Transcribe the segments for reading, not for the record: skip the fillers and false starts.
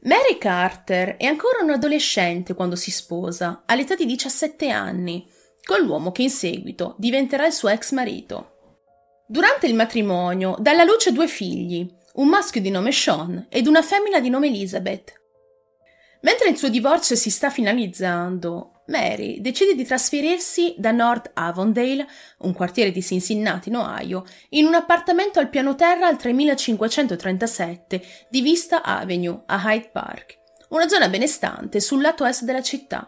Mary Carter è ancora un adolescente quando si sposa, all'età di 17 anni, con l'uomo che in seguito diventerà il suo ex marito. Durante il matrimonio dà alla luce 2 figli, un maschio di nome Sean ed una femmina di nome Elizabeth. Mentre il suo divorzio si sta finalizzando, Mary decide di trasferirsi da North Avondale, un quartiere di Cincinnati, in Ohio, in un appartamento al piano terra al 3537 di Vista Avenue a Hyde Park, una zona benestante sul lato est della città.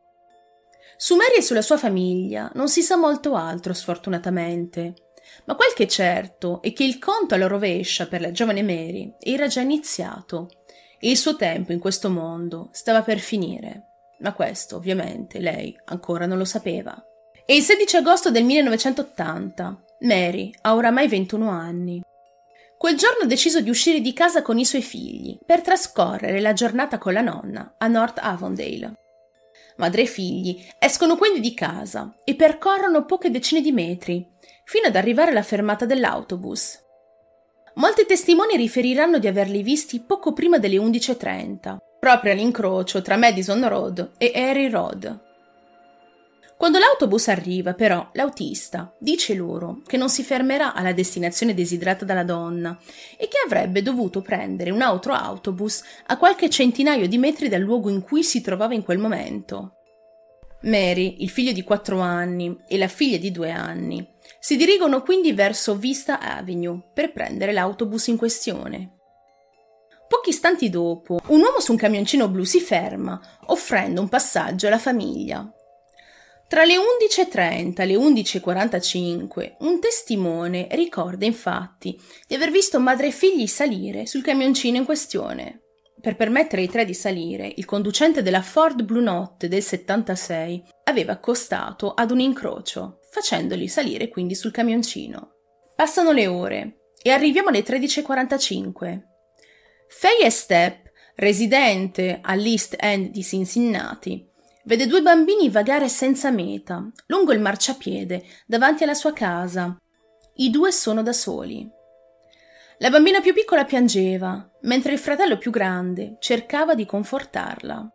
Su Mary e sulla sua famiglia non si sa molto altro, sfortunatamente, ma quel che è certo è che il conto alla rovescia per la giovane Mary era già iniziato e il suo tempo in questo mondo stava per finire. Ma questo, ovviamente, lei ancora non lo sapeva. È il 16 agosto del 1980. Mary ha oramai 21 anni. Quel giorno ha deciso di uscire di casa con i suoi figli per trascorrere la giornata con la nonna a North Avondale. Madre e figli escono quindi di casa e percorrono poche decine di metri fino ad arrivare alla fermata dell'autobus. Molti testimoni riferiranno di averli visti poco prima delle 11:30, proprio all'incrocio tra Madison Road e Erie Road. Quando l'autobus arriva, però, l'autista dice loro che non si fermerà alla destinazione desiderata dalla donna e che avrebbe dovuto prendere un altro autobus a qualche centinaio di metri dal luogo in cui si trovava in quel momento. Mary, il figlio di 4 anni e la figlia di 2 anni si dirigono quindi verso Vista Avenue per prendere l'autobus in questione. Pochi istanti dopo, un uomo su un camioncino blu si ferma, offrendo un passaggio alla famiglia. Tra le 11:30 e le 11:45, un testimone ricorda infatti di aver visto madre e figli salire sul camioncino in questione. Per permettere ai 3 di salire, il conducente della Ford Blue Notte del 76 aveva accostato ad un incrocio, facendoli salire quindi sul camioncino. Passano le ore e arriviamo alle 13:45. Faye Stepp, residente all'East End di Cincinnati, vede 2 bambini vagare senza meta lungo il marciapiede davanti alla sua casa. I 2 sono da soli. La bambina più piccola piangeva, mentre il fratello più grande cercava di confortarla.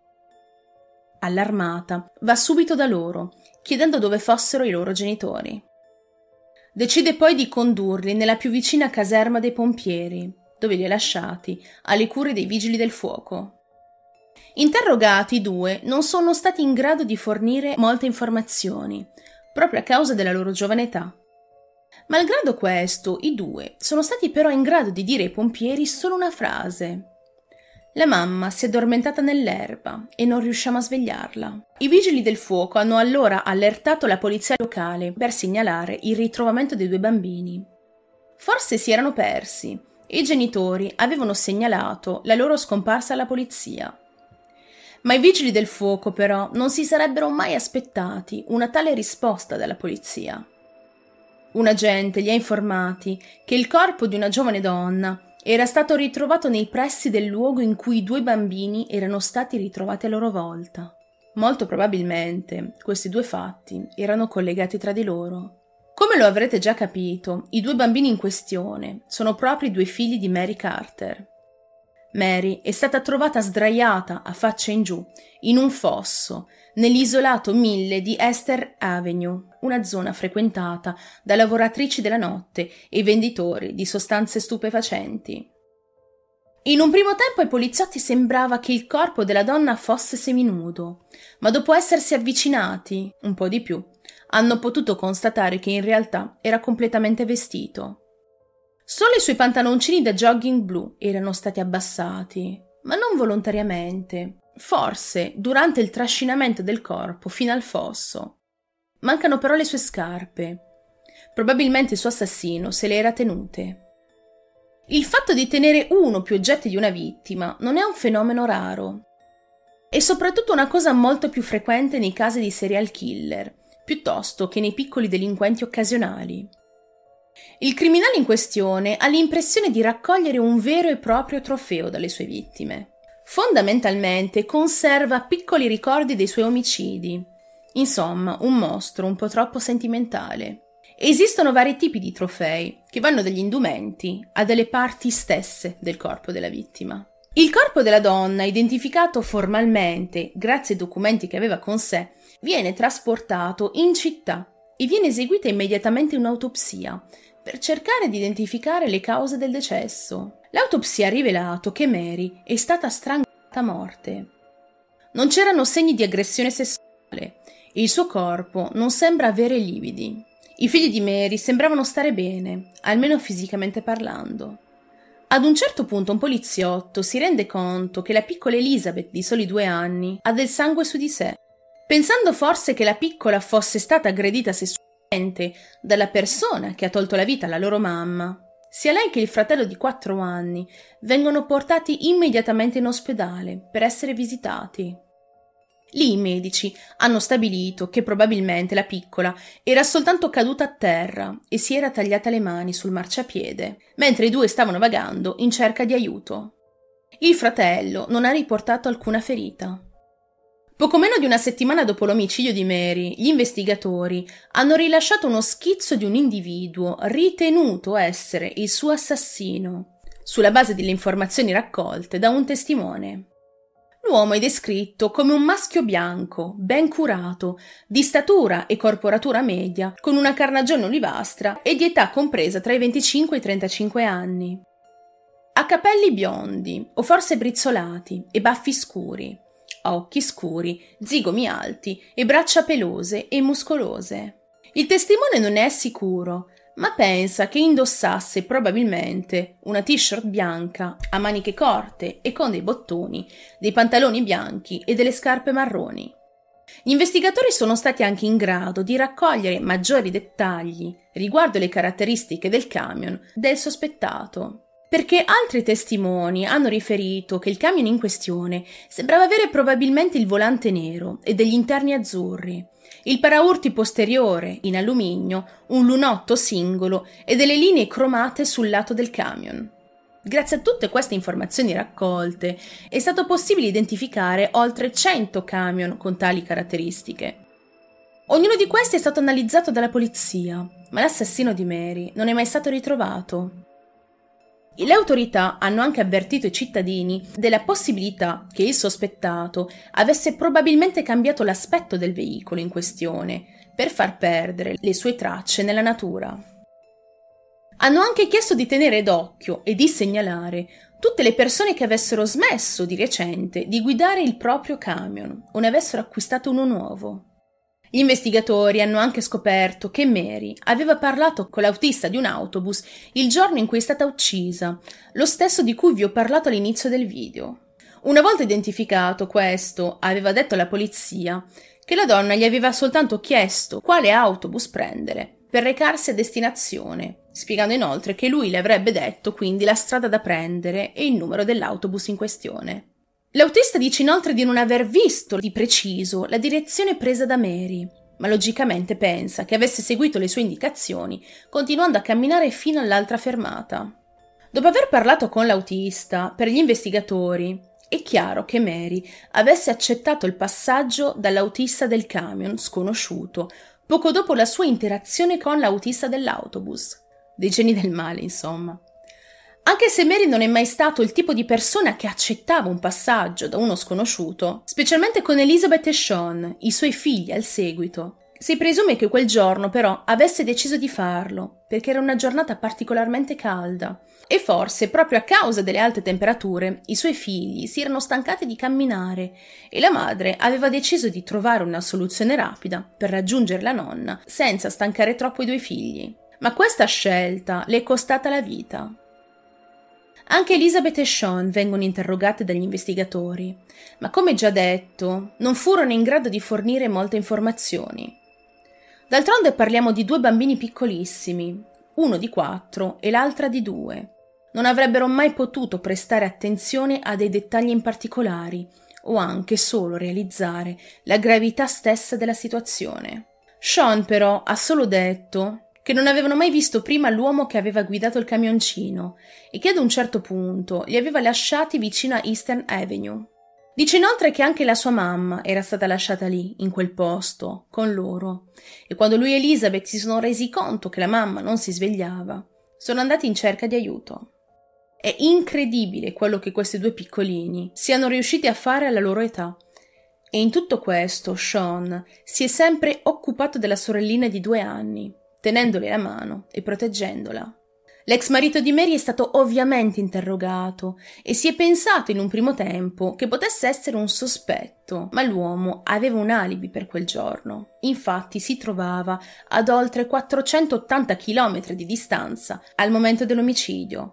Allarmata, va subito da loro, chiedendo dove fossero i loro genitori. Decide poi di condurli nella più vicina caserma dei pompieri, dove li ha lasciati alle cure dei vigili del fuoco. Interrogati, i 2 non sono stati in grado di fornire molte informazioni, proprio a causa della loro giovane età. Malgrado questo, i 2 sono stati però in grado di dire ai pompieri solo una frase. La mamma si è addormentata nell'erba e non riusciamo a svegliarla. I vigili del fuoco hanno allora allertato la polizia locale per segnalare il ritrovamento dei 2 bambini. Forse si erano persi e i genitori avevano segnalato la loro scomparsa alla polizia. Ma i vigili del fuoco, però, non si sarebbero mai aspettati una tale risposta dalla polizia. Un agente li ha informati che il corpo di una giovane donna era stato ritrovato nei pressi del luogo in cui i 2 bambini erano stati ritrovati a loro volta. Molto probabilmente questi 2 fatti erano collegati tra di loro. Come lo avrete già capito, i 2 bambini in questione sono proprio i 2 figli di Mary Carter. Mary è stata trovata sdraiata a faccia in giù, in un fosso, nell'isolato 1000 di Esther Avenue, una zona frequentata da lavoratrici della notte e venditori di sostanze stupefacenti. In un primo tempo ai poliziotti sembrava che il corpo della donna fosse seminudo, ma dopo essersi avvicinati un po' di più, hanno potuto constatare che in realtà era completamente vestito. Solo i suoi pantaloncini da jogging blu erano stati abbassati, ma non volontariamente, forse durante il trascinamento del corpo fino al fosso. Mancano però le sue scarpe. Probabilmente il suo assassino se le era tenute. Il fatto di tenere uno o più oggetti di una vittima non è un fenomeno raro. È soprattutto una cosa molto più frequente nei casi di serial killer, piuttosto che nei piccoli delinquenti occasionali. Il criminale in questione ha l'impressione di raccogliere un vero e proprio trofeo dalle sue vittime. Fondamentalmente conserva piccoli ricordi dei suoi omicidi. Insomma, un mostro un po' troppo sentimentale. Esistono vari tipi di trofei, che vanno dagli indumenti a delle parti stesse del corpo della vittima. Il corpo della donna, identificato formalmente grazie ai documenti che aveva con sé, viene trasportato in città e viene eseguita immediatamente un'autopsia per cercare di identificare le cause del decesso. L'autopsia ha rivelato che Mary è stata strangolata a morte. Non c'erano segni di aggressione sessuale e il suo corpo non sembra avere lividi. I figli di Mary sembravano stare bene, almeno fisicamente parlando. Ad un certo punto un poliziotto si rende conto che la piccola Elizabeth di soli 2 anni ha del sangue su di sé. Pensando forse che la piccola fosse stata aggredita sessualmente dalla persona che ha tolto la vita alla loro mamma, sia lei che il fratello di 4 anni vengono portati immediatamente in ospedale per essere visitati. Lì i medici hanno stabilito che probabilmente la piccola era soltanto caduta a terra e si era tagliata le mani sul marciapiede, mentre i due stavano vagando in cerca di aiuto. Il fratello non ha riportato alcuna ferita. Poco meno di una settimana dopo l'omicidio di Mary, gli investigatori hanno rilasciato uno schizzo di un individuo ritenuto essere il suo assassino, sulla base delle informazioni raccolte da un testimone. L'uomo è descritto come un maschio bianco, ben curato, di statura e corporatura media, con una carnagione olivastra e di età compresa tra i 25 e i 35 anni. Ha capelli biondi, o forse brizzolati, e baffi scuri, ha occhi scuri, zigomi alti e braccia pelose e muscolose. Il testimone non è sicuro, ma pensa che indossasse probabilmente una t-shirt bianca a maniche corte e con dei bottoni, dei pantaloni bianchi e delle scarpe marroni. Gli investigatori sono stati anche in grado di raccogliere maggiori dettagli riguardo le caratteristiche del camion del sospettato, perché altri testimoni hanno riferito che il camion in questione sembrava avere probabilmente il volante nero e degli interni azzurri, il paraurti posteriore in alluminio, un lunotto singolo e delle linee cromate sul lato del camion. Grazie a tutte queste informazioni raccolte è stato possibile identificare oltre 100 camion con tali caratteristiche. Ognuno di questi è stato analizzato dalla polizia, ma l'assassino di Mary non è mai stato ritrovato. Le autorità hanno anche avvertito i cittadini della possibilità che il sospettato avesse probabilmente cambiato l'aspetto del veicolo in questione per far perdere le sue tracce nella natura. Hanno anche chiesto di tenere d'occhio e di segnalare tutte le persone che avessero smesso di recente di guidare il proprio camion o ne avessero acquistato uno nuovo. Gli investigatori hanno anche scoperto che Mary aveva parlato con l'autista di un autobus il giorno in cui è stata uccisa, lo stesso di cui vi ho parlato all'inizio del video. Una volta identificato questo, aveva detto alla polizia che la donna gli aveva soltanto chiesto quale autobus prendere per recarsi a destinazione, spiegando inoltre che lui le avrebbe detto quindi la strada da prendere e il numero dell'autobus in questione. L'autista dice inoltre di non aver visto di preciso la direzione presa da Mary, ma logicamente pensa che avesse seguito le sue indicazioni, continuando a camminare fino all'altra fermata. Dopo aver parlato con l'autista, per gli investigatori, è chiaro che Mary avesse accettato il passaggio dall'autista del camion sconosciuto, poco dopo la sua interazione con l'autista dell'autobus. Dei geni del male, insomma. Anche se Mary non è mai stato il tipo di persona che accettava un passaggio da uno sconosciuto, specialmente con Elizabeth e Sean, i suoi figli al seguito, si presume che quel giorno però avesse deciso di farlo, perché era una giornata particolarmente calda e forse proprio a causa delle alte temperature i suoi figli si erano stancati di camminare e la madre aveva deciso di trovare una soluzione rapida per raggiungere la nonna senza stancare troppo i 2 figli. Ma questa scelta le è costata la vita. Anche Elizabeth e Sean vengono interrogate dagli investigatori, ma come già detto, non furono in grado di fornire molte informazioni. D'altronde parliamo di 2 bambini piccolissimi, uno di 4 e l'altra di 2. Non avrebbero mai potuto prestare attenzione a dei dettagli in particolari o anche solo realizzare la gravità stessa della situazione. Sean però ha solo detto che non avevano mai visto prima l'uomo che aveva guidato il camioncino e che ad un certo punto li aveva lasciati vicino a Eastern Avenue. Dice inoltre che anche la sua mamma era stata lasciata lì, in quel posto, con loro, e quando lui e Elizabeth si sono resi conto che la mamma non si svegliava, sono andati in cerca di aiuto. È incredibile quello che questi due piccolini siano riusciti a fare alla loro età. E in tutto questo Sean si è sempre occupato della sorellina di 2 anni, tenendole la mano e proteggendola. L'ex marito di Mary è stato ovviamente interrogato e si è pensato in un primo tempo che potesse essere un sospetto, ma l'uomo aveva un alibi per quel giorno. Infatti si trovava ad oltre 480 km di distanza al momento dell'omicidio.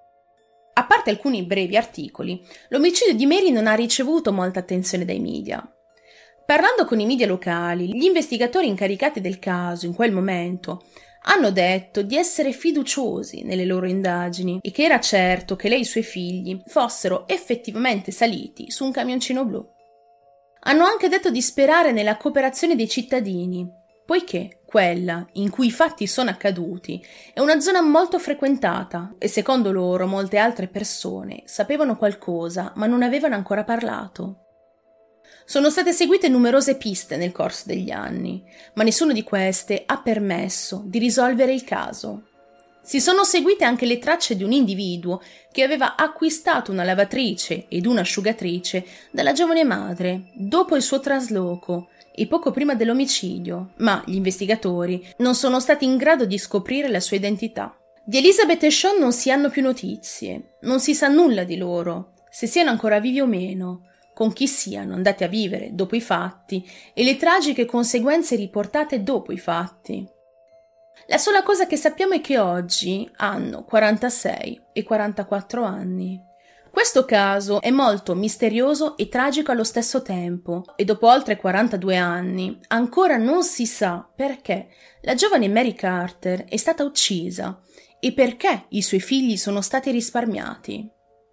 A parte alcuni brevi articoli, l'omicidio di Mary non ha ricevuto molta attenzione dai media. Parlando con i media locali, gli investigatori incaricati del caso in quel momento hanno detto di essere fiduciosi nelle loro indagini e che era certo che lei e i suoi figli fossero effettivamente saliti su un camioncino blu. Hanno anche detto di sperare nella cooperazione dei cittadini, poiché quella in cui i fatti sono accaduti è una zona molto frequentata e secondo loro molte altre persone sapevano qualcosa ma non avevano ancora parlato. Sono state seguite numerose piste nel corso degli anni, ma nessuna di queste ha permesso di risolvere il caso. Si sono seguite anche le tracce di un individuo che aveva acquistato una lavatrice ed un'asciugatrice dalla giovane madre dopo il suo trasloco e poco prima dell'omicidio, ma gli investigatori non sono stati in grado di scoprire la sua identità. Di Elizabeth e Sean non si hanno più notizie, non si sa nulla di loro, se siano ancora vivi o meno, con chi siano andati a vivere dopo i fatti e le tragiche conseguenze riportate dopo i fatti. La sola cosa che sappiamo è che oggi hanno 46 e 44 anni. Questo caso è molto misterioso e tragico allo stesso tempo e dopo oltre 42 anni ancora non si sa perché la giovane Mary Carter è stata uccisa e perché i suoi figli sono stati risparmiati.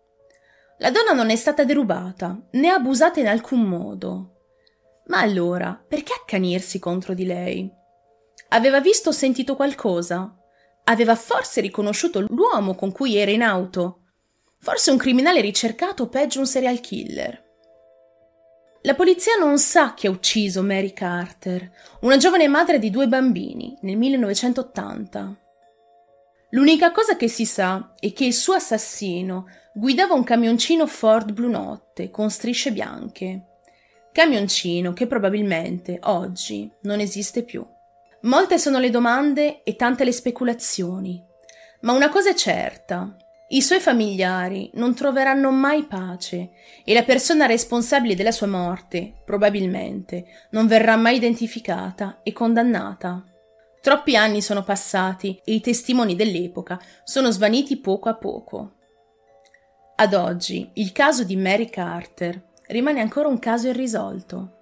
La donna non è stata derubata, né abusata in alcun modo. Ma allora, perché accanirsi contro di lei? Aveva visto o sentito qualcosa? Aveva forse riconosciuto l'uomo con cui era in auto? Forse un criminale ricercato o peggio un serial killer? La polizia non sa chi ha ucciso Mary Carter, una giovane madre di 2 bambini, nel 1980. L'unica cosa che si sa è che il suo assassino guidava un camioncino Ford blu notte con strisce bianche. Camioncino che probabilmente oggi non esiste più. Molte sono le domande e tante le speculazioni, ma una cosa è certa: i suoi familiari non troveranno mai pace e la persona responsabile della sua morte probabilmente non verrà mai identificata e condannata. Troppi anni sono passati e i testimoni dell'epoca sono svaniti poco a poco. Ad oggi il caso di Mary Carter rimane ancora un caso irrisolto.